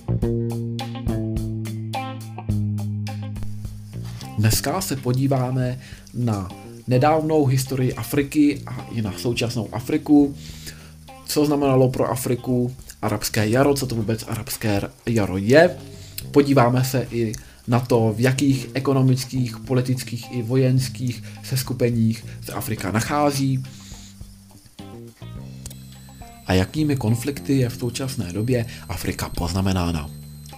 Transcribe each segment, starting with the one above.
Dneska se podíváme na nedávnou historii Afriky a i na současnou Afriku, co znamenalo pro Afriku arabské jaro, co to vůbec arabské jaro je. Podíváme se i na to, v jakých ekonomických, politických i vojenských seskupeních se Afrika nachází a jakými konflikty je v současné době Afrika poznamenána.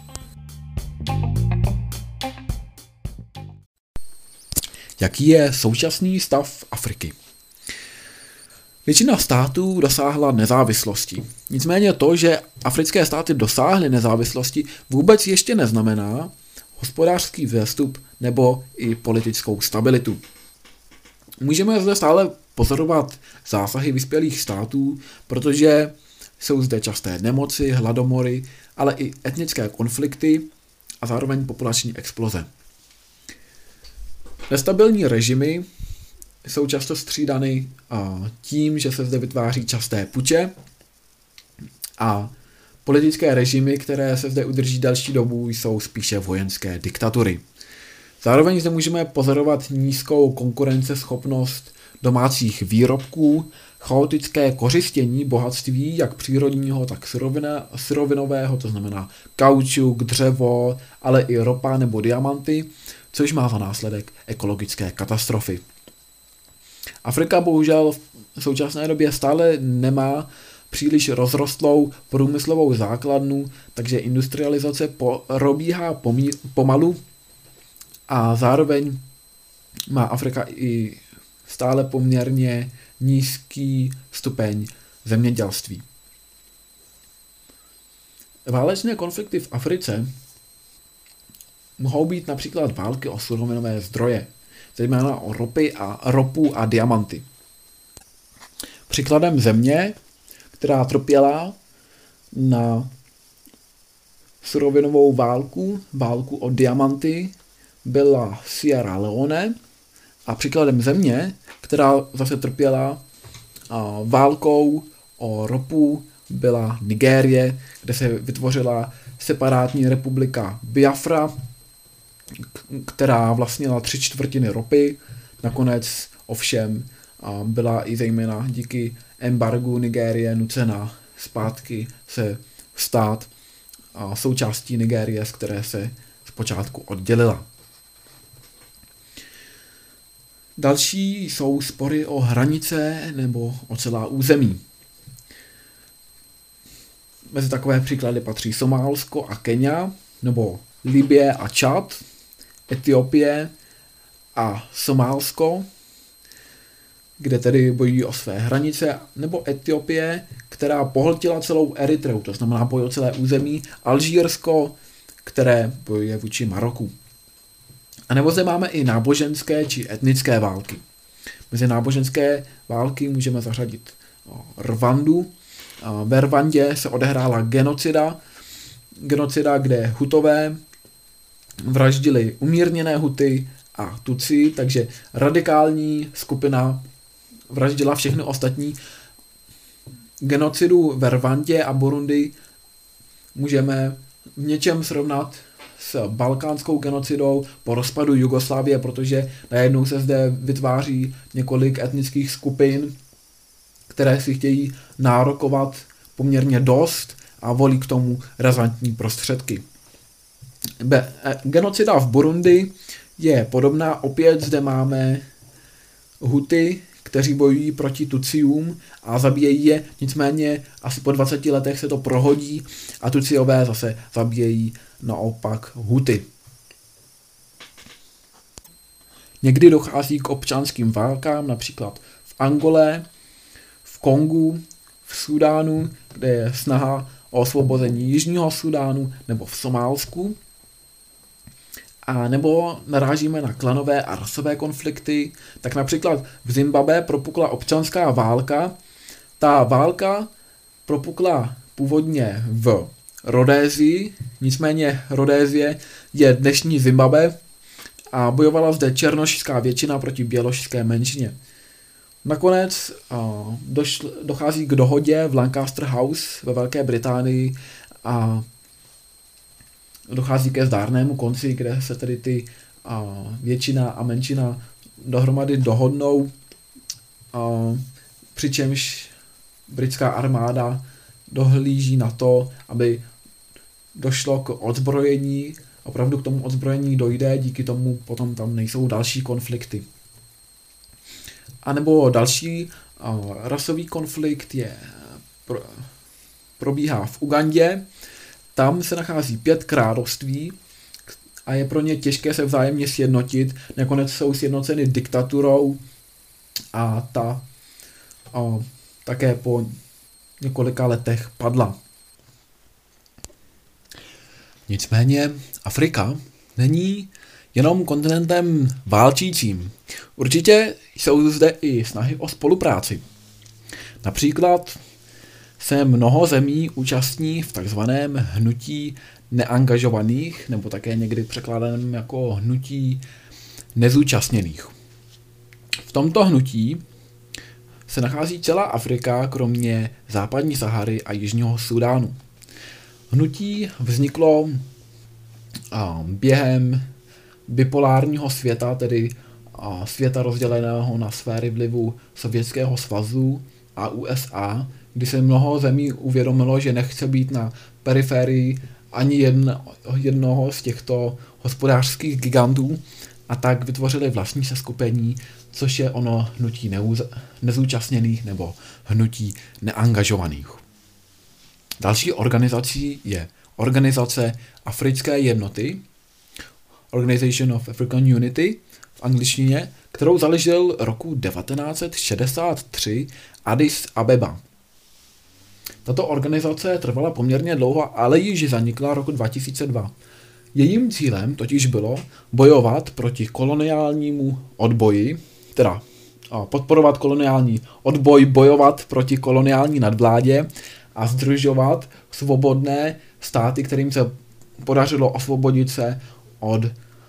Jaký je současný stav Afriky? Většina států dosáhla nezávislosti. Nicméně to, že africké státy dosáhly nezávislosti, vůbec ještě neznamená hospodářský vzestup nebo i politickou stabilitu. Můžeme zde stále pozorovat zásahy vyspělých států, protože jsou zde časté nemoci, hladomory, ale i etnické konflikty a zároveň populační exploze. Nestabilní režimy jsou často střídány tím, že se zde vytváří časté puče a politické režimy, které se zde udrží delší dobu, jsou spíše vojenské diktatury. Zároveň zde můžeme pozorovat nízkou konkurenceschopnost domácích výrobků, chaotické kořistění bohatství, jak přírodního, tak surovinového, to znamená kaučuk, dřevo, ale i ropa nebo diamanty, což má za následek ekologické katastrofy. Afrika bohužel v současné době stále nemá příliš rozrostlou průmyslovou základnu, takže industrializace probíhá pomalu a zároveň má Afrika i stále poměrně nízký stupeň zemědělství. Válečné konflikty v Africe mohou být například války o surovinové zdroje, zejména o ropu a diamanty. Příkladem země, která trpěla na surovinovou válku o diamanty, byla Sierra Leone a příkladem země, která zase trpěla válkou o ropu, byla Nigérie, kde se vytvořila separátní republika Biafra, která vlastnila 3/4 ropy. Nakonec ovšem byla i zejména díky embargu Nigérie nucena zpátky se stát součástí Nigérie, z které se zpočátku oddělila. Další jsou spory o hranice nebo o celá území. Mezi takové příklady patří Somálsko a Kenia, nebo Libye a Čad, Etiopie a Somálsko, kde tedy bojují o své hranice, nebo Etiopie, která pohltila celou Eritreu, to znamená boj o celé území, Alžírsko, které bojuje vůči Maroku. A nebo zde máme i náboženské či etnické války. Mezi náboženské války můžeme zařadit Rwandu. Ve Rwandě se odehrála genocida, kde Hutové vraždili umírněné Huty a Tutsi, takže radikální skupina vraždila všechny ostatní. Genocidu ve Rwandě a Burundi můžeme v něčem srovnat s balkánskou genocidou po rozpadu Jugoslávie, protože najednou se zde vytváří několik etnických skupin, které si chtějí nárokovat poměrně dost a volí k tomu razantní prostředky. Genocida v Burundi je podobná, opět zde máme Huty, kteří bojují proti Tutsiům a zabíjejí je, nicméně asi po 20 letech se to prohodí a Tutsiové zase zabíjejí naopak Huty. Někdy dochází k občanským válkám, například v Angole, v Kongu, v Súdánu, kde je snaha o osvobození Jižního Súdánu, nebo v Somálsku. A nebo narážíme na klanové a rasové konflikty, tak například v Zimbabwe propukla občanská válka. Ta válka propukla původně v Rodésii, nicméně Rodésie je dnešní Zimbabwe a bojovala zde černošská většina proti bělošské menšině. Nakonec dochází k dohodě v Lancaster House ve Velké Británii a dochází ke zdárnému konci, kde se tedy ty většina a menšina dohromady dohodnou, přičemž britská armáda dohlíží na to, aby došlo k odzbrojení, opravdu k tomu odzbrojení dojde, díky tomu potom tam nejsou další konflikty. A nebo další rasový konflikt probíhá v Ugandě. Tam se nachází 5 království a je pro ně těžké se vzájemně sjednotit. Nakonec jsou sjednoceny diktaturou a ta také po několika letech padla. Nicméně Afrika není jenom kontinentem válčícím. Určitě jsou zde i snahy o spolupráci. Například se mnoho zemí účastní v takzvaném hnutí neangažovaných, nebo také někdy překládaném jako hnutí nezúčastněných. V tomto hnutí se nachází celá Afrika, kromě západní Sahary a jižního Súdánu. Hnutí vzniklo během bipolárního světa, tedy světa rozděleného na sféry vlivu Sovětského svazu a USA, kdy se mnoho zemí uvědomilo, že nechce být na periferii ani jednoho z těchto hospodářských gigantů, a tak vytvořili vlastní seskupení, což je ono hnutí nezúčastněných nebo hnutí neangažovaných. Další organizací je Organizace Africké jednoty, Organization of African Unity v angličtině, kterou založil roku 1963 Addis Abeba. Tato organizace trvala poměrně dlouho, ale již zanikla roku 2002. Jejím cílem totiž bylo bojovat proti koloniálnímu odboji, teda podporovat koloniální odboj, bojovat proti koloniální nadvládě a sdružovat svobodné státy, kterým se podařilo osvobodit se od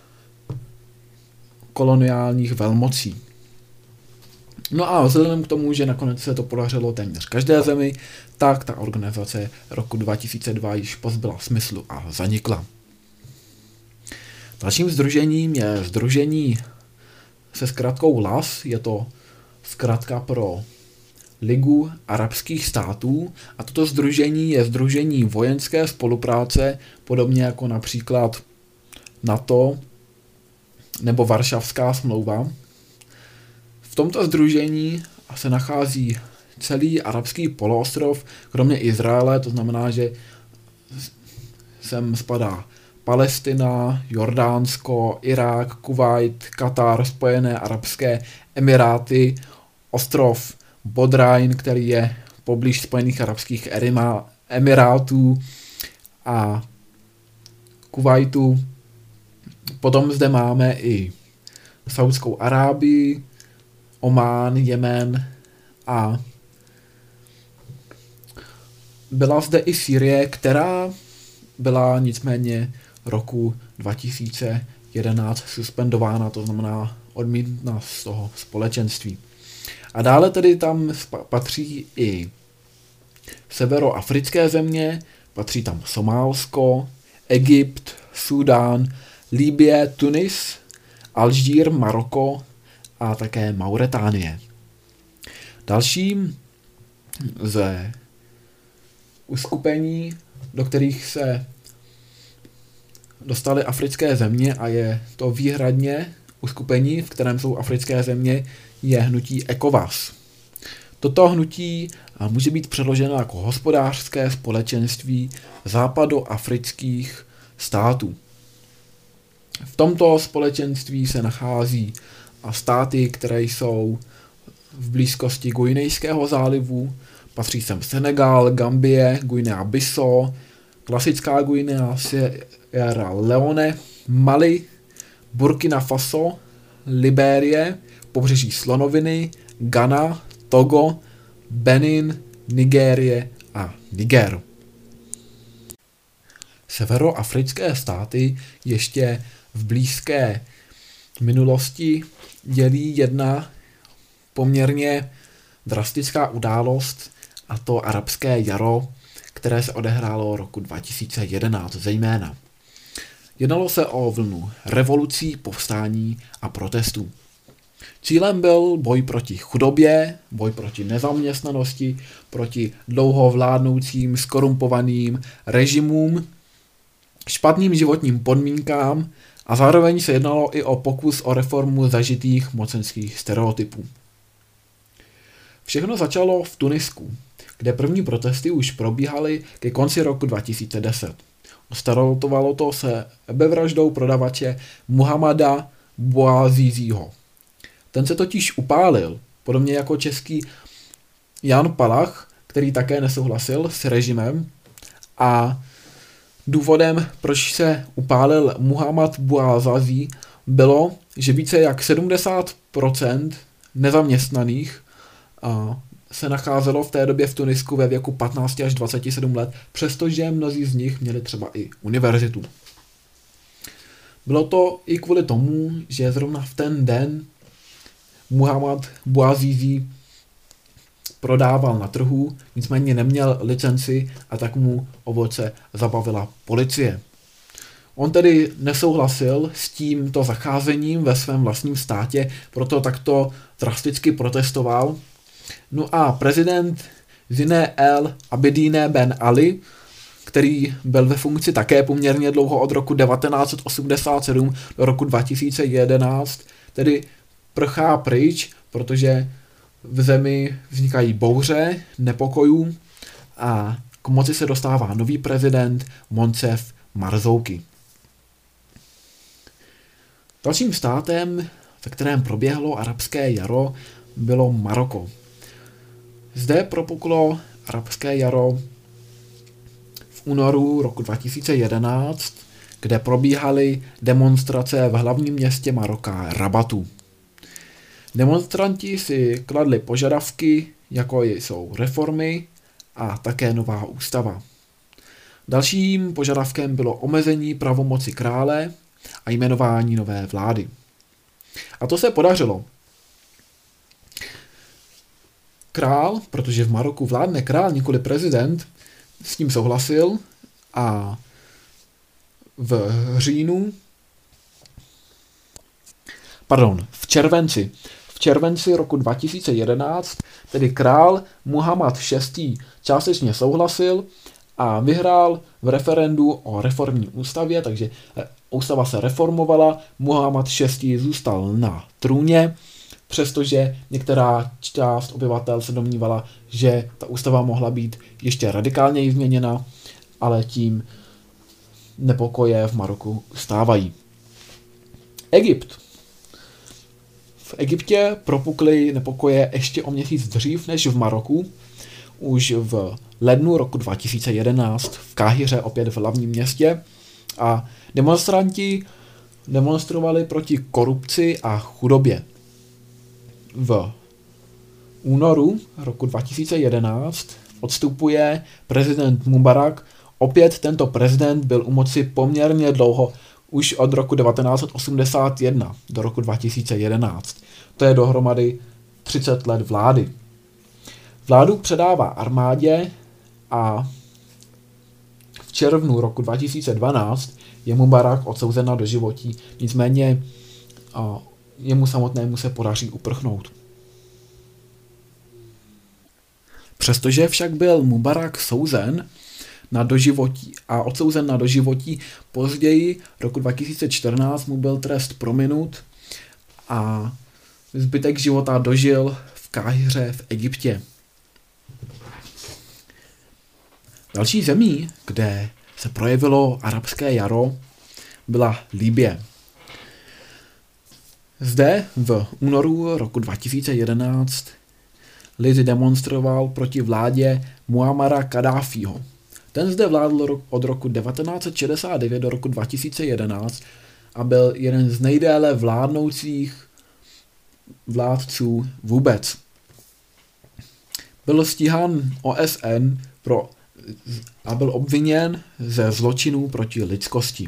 koloniálních velmocí. No a vzhledem k tomu, že nakonec se to podařilo téměř každé zemi, tak ta organizace roku 2002 již pozbyla smyslu a zanikla. Dalším sdružením je sdružení se zkratkou LAS, je to zkratka pro Ligu arabských států, a toto sdružení je sdružení vojenské spolupráce, podobně jako například NATO nebo Varšavská smlouva. V tomto sdružení se nachází celý arabský poloostrov, kromě Izraele, to znamená, že sem spadá Palestina, Jordánsko, Irák, Kuvajt, Katar, Spojené arabské emiráty, ostrov Bodrain, který je poblíž Spojených arabských emirátů a Kuvajtu. Potom zde máme i Saudskou Arábii, Omán, Jemen a byla zde i Sýrie, která byla nicméně roku 2011 suspendována, to znamená odmítnuta z toho společenství. A dále tedy tam patří i severoafrické země, patří tam Somálsko, Egypt, Súdán, Libye, Tunis, Alžír, Maroko a také Mauritánie. Dalším ze uskupení, do kterých se dostaly africké země, a je to výhradně uskupení, v kterém jsou africké země, je hnutí ECOWAS. Toto hnutí může být přeloženo jako hospodářské společenství západoafrických států. V tomto společenství se nachází státy, které jsou v blízkosti Guinejského zálivu, patří sem Senegal, Gambie, Guinea-Bissau, klasická Guinea, Sierra Leone, Mali, Burkina Faso, Libérie, pobřeží Slonoviny, Ghana, Togo, Benin, Nigérie a Niger. Severoafrické státy ještě v blízké minulosti dělí jedna poměrně drastická událost, a to arabské jaro, které se odehrálo roku 2011 zejména. Jednalo se o vlnu revolucí, povstání a protestů. Cílem byl boj proti chudobě, boj proti nezaměstnanosti, proti dlouho vládnoucím skorumpovaným režimům, špatným životním podmínkám a zároveň se jednalo i o pokus o reformu zažitých mocenských stereotypů. Všechno začalo v Tunisku, kde první protesty už probíhaly ke konci roku 2010. Startovalo to se sebevraždou prodavače Muhammada Bouazízího. Ten se totiž upálil, podobně jako český Jan Palach, který také nesouhlasil s režimem, a důvodem, proč se upálil Muhammad Bouazízí, bylo, že více jak 70% nezaměstnaných se nacházelo v té době v Tunisku ve věku 15 až 27 let, přestože mnozí z nich měli třeba i univerzitu. Bylo to i kvůli tomu, že zrovna v ten den Muhammad Bouazízí prodával na trhu, nicméně neměl licenci a tak mu ovoce zabavila policie. On tedy nesouhlasil s tímto zacházením ve svém vlastním státě, proto takto drasticky protestoval. No a prezident Zine El Abidine Ben Ali, který byl ve funkci také poměrně dlouho od roku 1987 do roku 2011, tedy prchá pryč, protože v zemi vznikají bouře, nepokojů a k moci se dostává nový prezident Moncef Marzouki. Dalším státem, ve kterém proběhlo arabské jaro, bylo Maroko. Zde propuklo arabské jaro v únoru roku 2011, kde probíhaly demonstrace v hlavním městě Maroka Rabatu. Demonstranti si kladli požadavky, jako jsou reformy a také nová ústava. Dalším požadavkem bylo omezení pravomoci krále a jmenování nové vlády. A to se podařilo. Král, protože v Maroku vládne král, nikoli prezident, s tím souhlasil a v červenci roku 2011 tedy král Muhammad VI. Částečně souhlasil a vyhrál v referendu o reformní ústavě, takže ústava se reformovala, Muhammad VI. Zůstal na trůně, přestože některá část obyvatel se domnívala, že ta ústava mohla být ještě radikálněji změněna, ale tím nepokoje v Maroku stávají. Egypt. V Egyptě propukly nepokoje ještě o měsíc dřív než v Maroku. Už v lednu roku 2011 v Káhiře, opět v hlavním městě, a demonstranti demonstrovali proti korupci a chudobě. V únoru roku 2011 odstupuje prezident Mubarak. Opět tento prezident byl u moci poměrně dlouho, už od roku 1981 do roku 2011. To je dohromady 30 let vlády. Vládu předává armádě a v červnu roku 2012 je Mubarak odsouzen na doživotí, nicméně jemu samotnému se podaří uprchnout. Přestože však byl Mubarak souzen na doživotí a odsouzen na doživotí, později roku 2014 mu byl trest prominut a zbytek života dožil v Káhiře v Egyptě. Další zemí, kde se projevilo arabské jaro, byla Libye. Zde v únoru roku 2011 lid demonstroval proti vládě Muammara Kaddáfího. Ten zde vládl od roku 1969 do roku 2011 a byl jeden z nejdéle vládnoucích vládců vůbec. Byl stíhán OSN a byl obviněn ze zločinů proti lidskosti.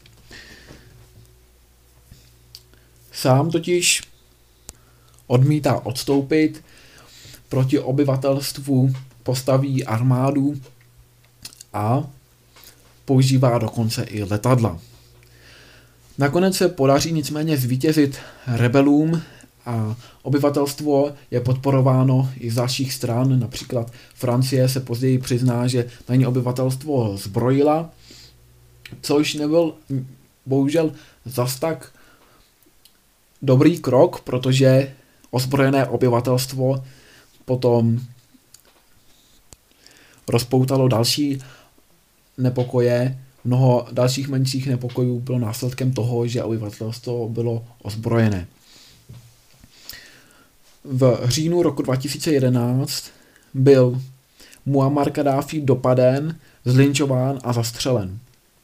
Sám totiž odmítá odstoupit, proti obyvatelstvu postaví armádu a používá dokonce i letadla. Nakonec se podaří nicméně zvítězit rebelům a obyvatelstvo je podporováno i z dalších stran, například Francie se později přizná, že na ní obyvatelstvo zbrojila, což nebyl bohužel zas tak dobrý krok, protože ozbrojené obyvatelstvo potom rozpoutalo další nepokoje. Mnoho dalších menších nepokojů bylo následkem toho, že obyvatelstvo bylo ozbrojené. V říjnu roku 2011 byl Muammar Kaddáfí dopaden, zlinčován a zastřelen.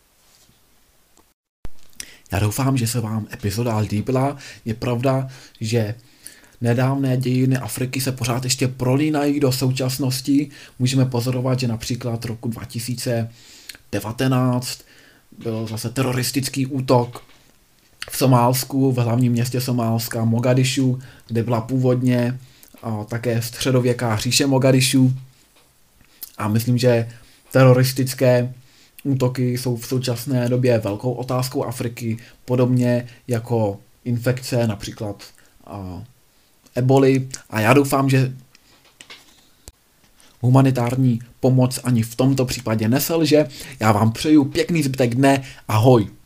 Já doufám, že se vám epizoda líbila. Je pravda, že nedávné dějiny Afriky se pořád ještě prolínají do současnosti. Můžeme pozorovat, že například roku 2019 byl zase teroristický útok v Somálsku, v hlavním městě Somálska, Mogadišu, kde byla původně také středověká říše Mogadišu. A myslím, že teroristické útoky jsou v současné době velkou otázkou Afriky, podobně jako infekce, například eboli. A já doufám, že humanitární pomoc ani v tomto případě neselže. Já vám přeju pěkný zbytek dne. Ahoj!